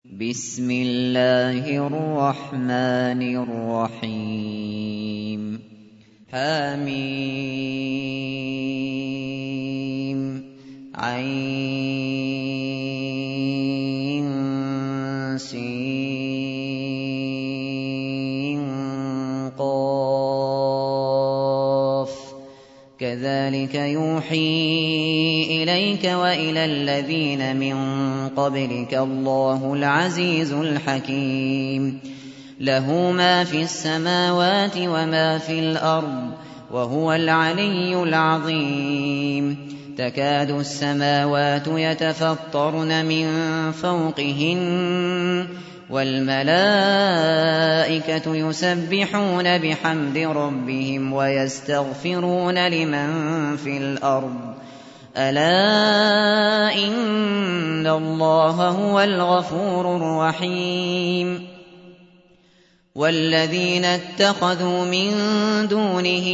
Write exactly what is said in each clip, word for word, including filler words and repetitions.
بسم الله الرحمن الرحيم حميم عين سين قاف كذلك يوحي إليك وإلى الذين من قبلك الله العزيز الحكيم له ما في السماوات وما في الأرض وهو العلي العظيم تكاد السماوات يتفطرن من فوقهن والملائكة يسبحون بحمد ربهم ويستغفرون لمن في الأرض ألا إن الله هو الغفور الرحيم والذين اتخذوا من دونه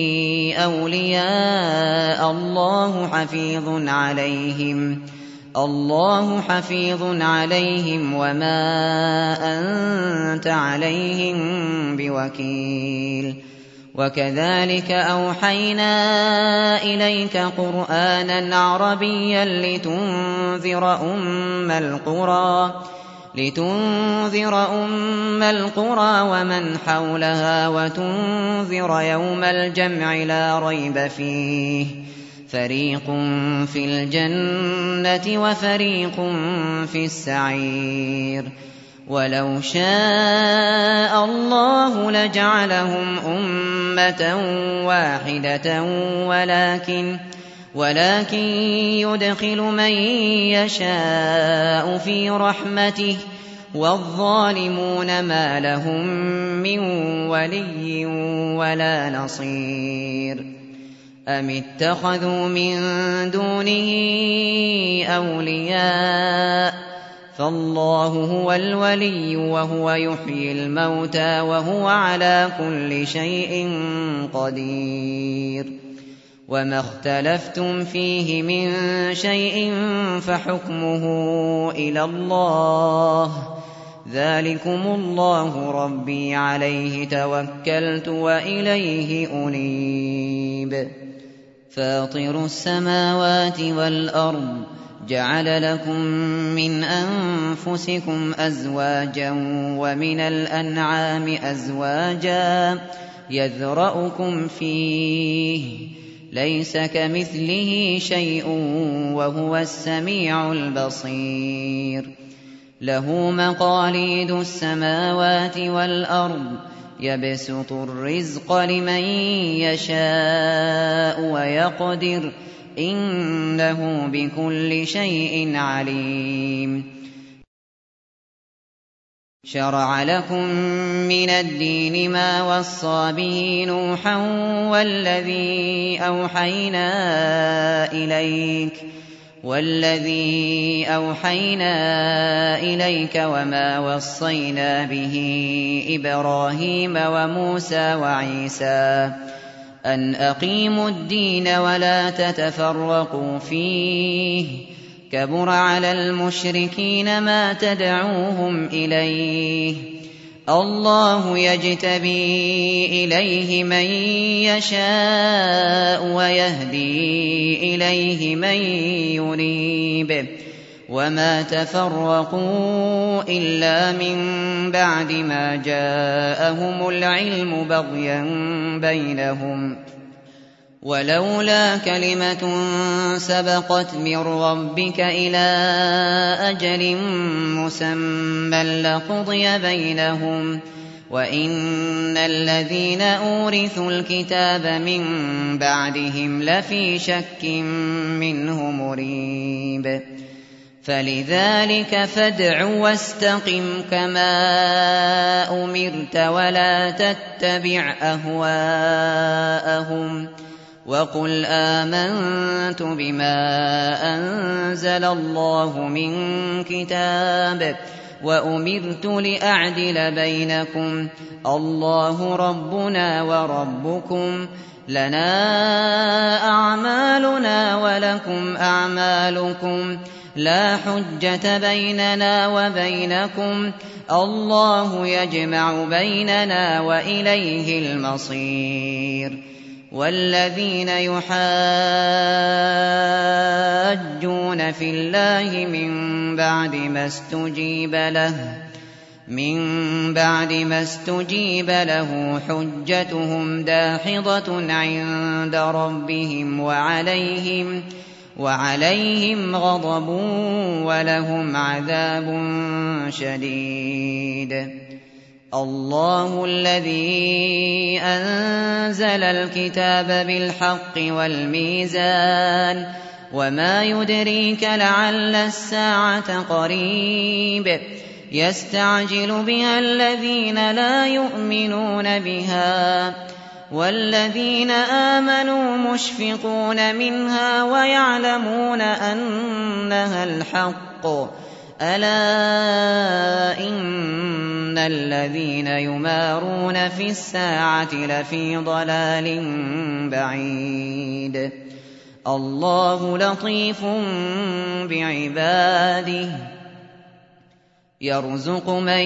أولياء الله حفيظ عليهم الله حفيظ عليهم وما أنت عليهم بوكيل وكذلك أوحينا إليك قرآنا عربيا لتنذر أم القرى لتنذر أم القرى ومن حولها وتنذر يوم الجمع لا ريب فيه فريق في الجنة وفريق في السعير ولو شاء الله لجعلهم أمة واحدة ولكن ولكن يدخل من يشاء في رحمته والظالمون ما لهم من ولي ولا نصير أم اتخذوا من دونه أولياء فالله هو الولي وهو يحيي الموتى وهو على كل شيء قدير وما اختلفتم فيه من شيء فحكمه إلى الله ذلكم الله ربي عليه توكلت وإليه أنيب فاطر السماوات والأرض جعل لكم من أنفسكم أزواجا ومن الأنعام أزواجا يذرأكم فيه ليس كمثله شيء وهو السميع البصير له مقاليد السماوات والأرض يبسط الرزق لمن يشاء ويقدر إنه بكل شيء عليم شرع لكم من الدين ما وصى به نوحا والذي أوحينا إليك والذي أوحينا إليك وما وصينا به إبراهيم وموسى وعيسى أن أقيموا الدين ولا تتفرقوا فيه كبر على المشركين ما تدعوهم إليه الله يجتبي إليه من يشاء ويهدي إليه من ينيب وما تفرقوا إلا من بعد ما جاءهم العلم بغيا بينهم ولولا كلمة سبقت من ربك إلى أجل مسمى لقضي بينهم وإن الذين أورثوا الكتاب من بعدهم لفي شك منه مريب فلذلك فادع واستقم كما أمرت ولا تتبع أهواءهم وقل آمنت بما أنزل الله من كتاب وأمرت لأعدل بينكم الله ربنا وربكم لنا أعمالنا ولكم أعمالكم لا حجة بيننا وبينكم الله يجمع بيننا وإليه المصير والذين يحاجون في الله من بعد ما استجيب له من بعد ما استجيب له حجتهم داحضة عند ربهم وعليهم وعليهم غضب ولهم عذاب شديد الله الذي أنزل الكتاب بالحق والميزان وما يدريك لعل الساعة قريب يستعجل بها الذين لا يؤمنون بها والذين آمنوا مشفقون منها ويعلمون أنها الحق ألا إن الذين يمارون في الساعة لفي ضلال بعيد الله لطيف بعباده يرزق من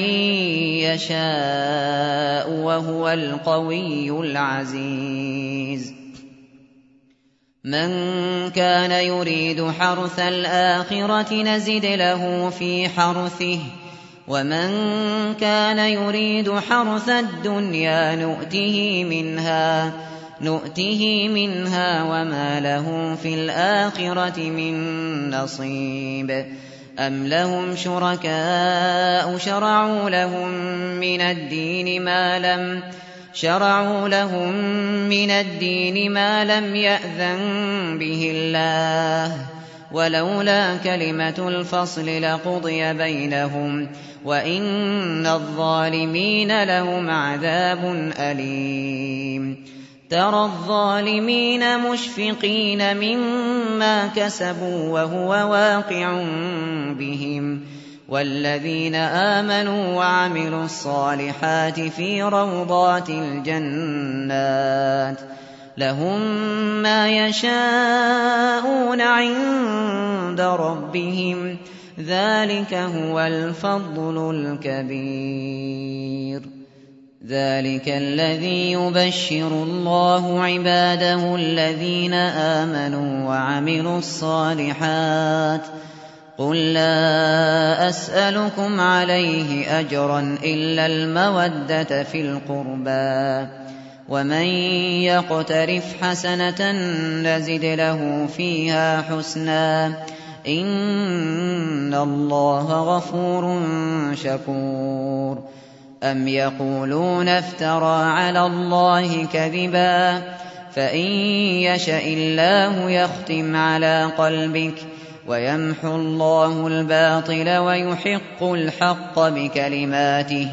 يشاء وهو القوي العزيز من كان يريد حرث الآخرة نزد له في حرثه ومن كان يريد حرث الدنيا نؤته منها نؤته منها وما له في الآخرة من نصيب أم لهم شركاء شرعوا لهم من الدين ما لم شرعوا لهم من الدين ما لم يأذن به الله ولولا كلمة الفصل لقضي بينهم وإن الظالمين لهم عذاب أليم ترى الظالمين مشفقين مما كسبوا وهو واقع بهم والذين آمنوا وعملوا الصالحات في روضات الجنات لهم ما يشاءون عند ربهم ذلك هو الفضل الكبير ذلك الذي يبشر الله عباده الذين آمنوا وعملوا الصالحات قل لا أسألكم عليه أجرا إلا المودة في القربى ومن يقترف حسنة نزد له فيها حسنا إن الله غفور شكور أم يقولون افترى على الله كذبا فإن يشأ الله يختم على قلبك ويمحو الله الباطل ويحق الحق بكلماته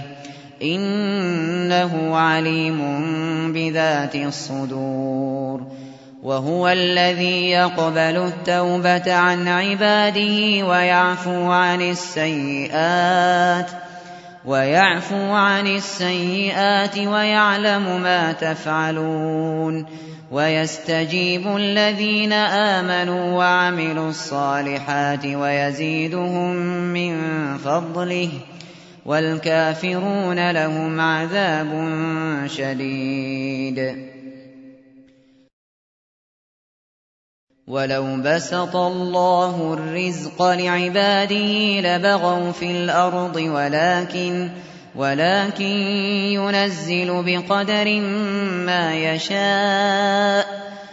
إنه عليم بذات الصدور وهو الذي يقبل التوبة عن عباده ويعفو عن السيئات ويعفو عن السيئات ويعلم ما تفعلون ويستجيب الذين آمنوا وعملوا الصالحات ويزيدهم من فضله والكافرون لهم عذاب شديد ولو بسط الله الرزق لعباده لبغوا في الأرض ولكن ولكن ينزل بقدر ما يشاء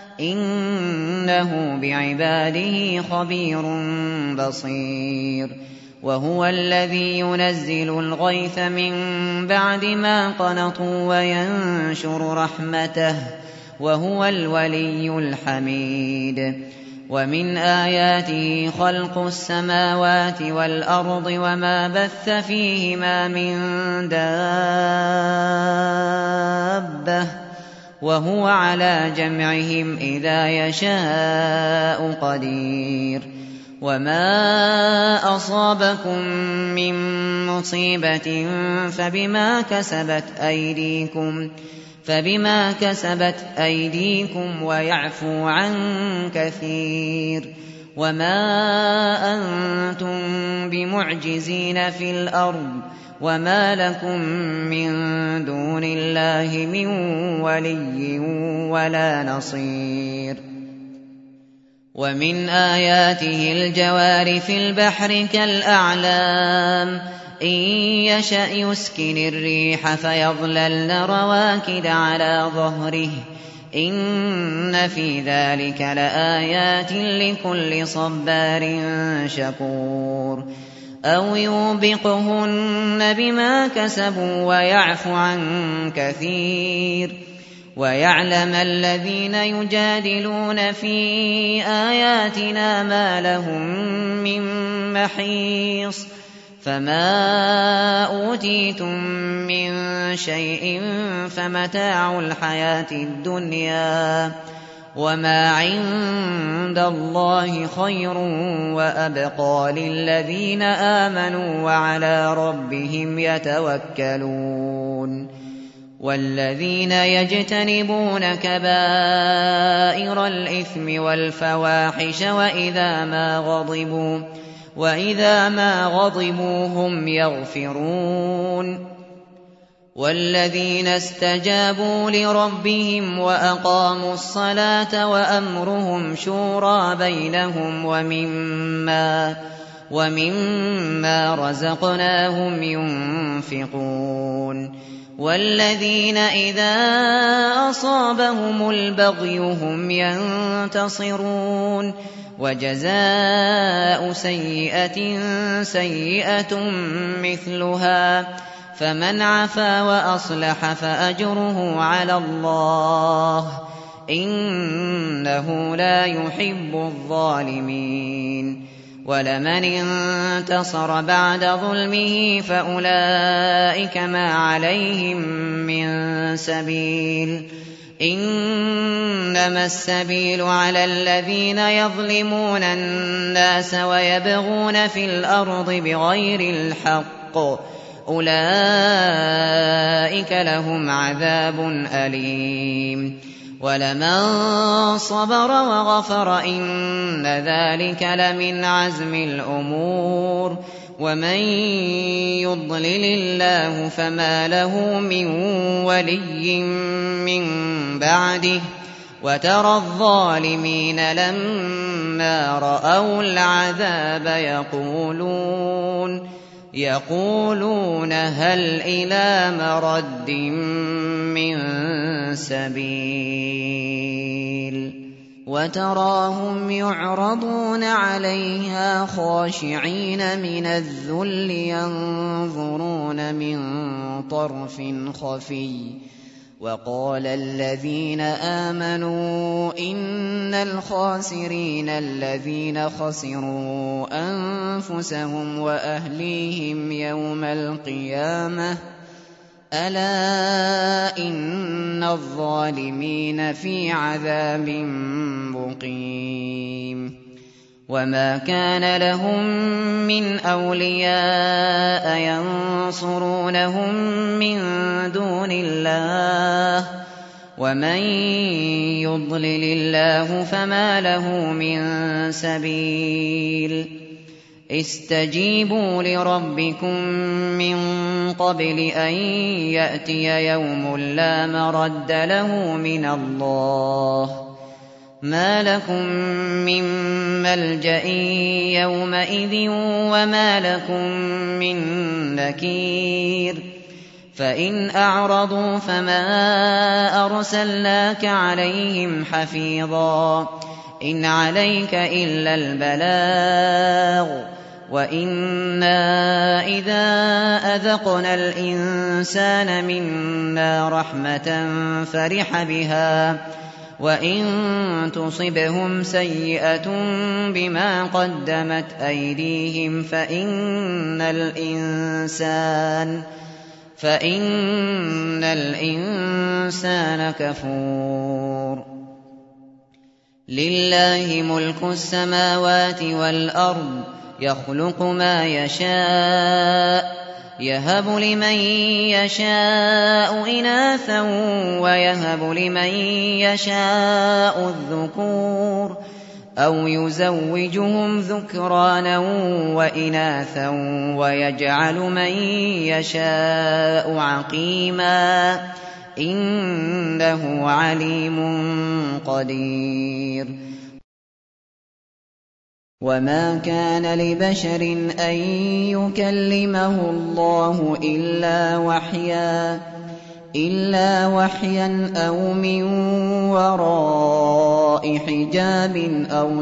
إنه بعباده خبير بصير وهو الذي ينزل الغيث من بعد ما قنطوا وينشر رحمته وهو الولي الحميد ومن آياته خلق السماوات والأرض وما بث فيهما من دابة وهو على جمعهم إذا يشاء قدير وما أصابكم من مصيبة فبما كسبت أيديكم فبما كسبت أيديكم ويعفو عن كثير وما أنتم بمعجزين في الأرض وما لكم من دون الله من ولي ولا نصير ومن آياته الجوار في البحر كالأعلام إن يشأ يسكن الريح فيظللن رواكد على ظهره إن في ذلك لآيات لكل صبار شكور أو يوبقهن بما كسبوا ويعفو عن كثير ويعلم الذين يجادلون في آياتنا ما لهم من محيص فما أوتيتم من شيء فمتاع الحياة الدنيا وما عند الله خير وأبقى للذين آمنوا وعلى ربهم يتوكلون والذين يجتنبون كبائر الإثم والفواحش وإذا ما غضبوا وإذا ما غضبوا هم يغفرون والذين استجابوا لربهم وأقاموا الصلاة وأمرهم شورى بينهم ومما ومما رزقناهم ينفقون والذين إذا أصابهم البغي هم ينتصرون وجزاء سيئة سيئة مثلها فمن عفا وأصلح فأجره على الله إنه لا يحب الظالمين ولمن انتصر بعد ظلمه فأولئك ما عليهم من سبيل إنما السبيل على الذين يظلمون الناس ويبغون في الأرض بغير الحق أولئك لهم عذاب أليم ولمن صبر وغفر إن ذلك لمن عزم الأمور ومن يضلل الله فما له من ولي من بعده وترى الظالمين لما رأوا العذاب يقولون يقولون هل إلى مرد من سبيل وتراهم يعرضون عليها خاشعين من الذل ينظرون من طرف خفي وقال الذين آمنوا إن الخاسرين الذين خسروا أنفسهم وأهليهم يوم القيامة ألا إن الظالمين في عذاب مقيم وما كان لهم من أولياء ينصرونهم من دون الله ومن يضلل الله فما له من سبيل استجيبوا لربكم من قبل أن يأتي يوم لا مرد له من الله ما لكم من ملجأ يومئذ وما لكم من نكير فإن أعرضوا فما أرسلناك عليهم حفيظا إن عليك إلا البلاغ وإنا إذا أذقنا الإنسان منا رحمة فرح بها وإن تصبهم سيئة بما قدمت أيديهم فإن الإنسان فإن الإنسان كفور لله ملك السماوات والأرض يخلق ما يشاء يهب لمن يشاء إناثا ويهب لمن يشاء الذكور أَوْ يُزَوِّجُهُمْ ذُكْرَانًا وَإِنَاثًا وَيَجْعَلُ مَن يَشَاءُ عَقِيمًا ۚ إِنَّهُ عَلِيمٌ قَدِيرٌ. وَمَا كَانَ لِبَشَرٍ أَن يُكَلِّمَهُ اللَّهُ إِلَّا وَحْيًا أَوْ مِن وَرَاءِ حِجَابٍ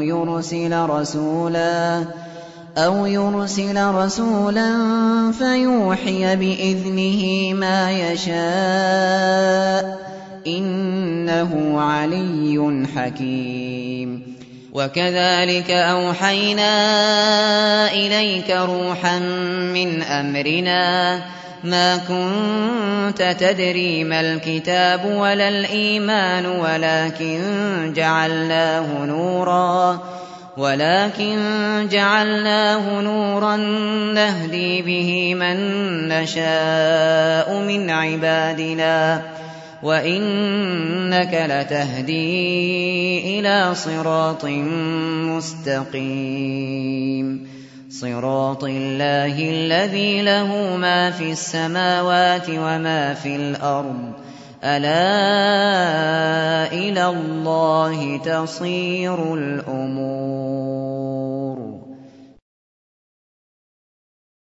أَوْ يُرْسِلَ رَسُولًا فَيُوحِيَ بِإِذْنِهِ مَا يَشَاءُ ۚ إِنَّهُ عَلِيٌّ حَكِيمٌ. وَكَذَٰلِكَ أَوْحَيْنَا إِلَيْكَ رُوحًا مِّنْ أَمْرِنَا ۚ مَا كُنتَ تَدْرِي مَا الْكِتَابُ وَلَا الْإِيمَانُ وَلَٰكِن جَعَلْنَاهُ نُورًا نَّهْدِي بِهِ مَن نَّشَاءُ مِنْ عِبَادِنَا ۚ وَإِنَّكَ لَتَهْدِي إِلَىٰ صِرَاطٍ مُّسْتَقِيمٍ، صِرَاطِ اللَّهِ الَّذِي لَهُ مَا فِي السَّمَاوَاتِ وَمَا فِي الْأَرْضِ ۗ أَلَا إِلَى اللَّهِ تَصِيرُ الْأُمُورُ.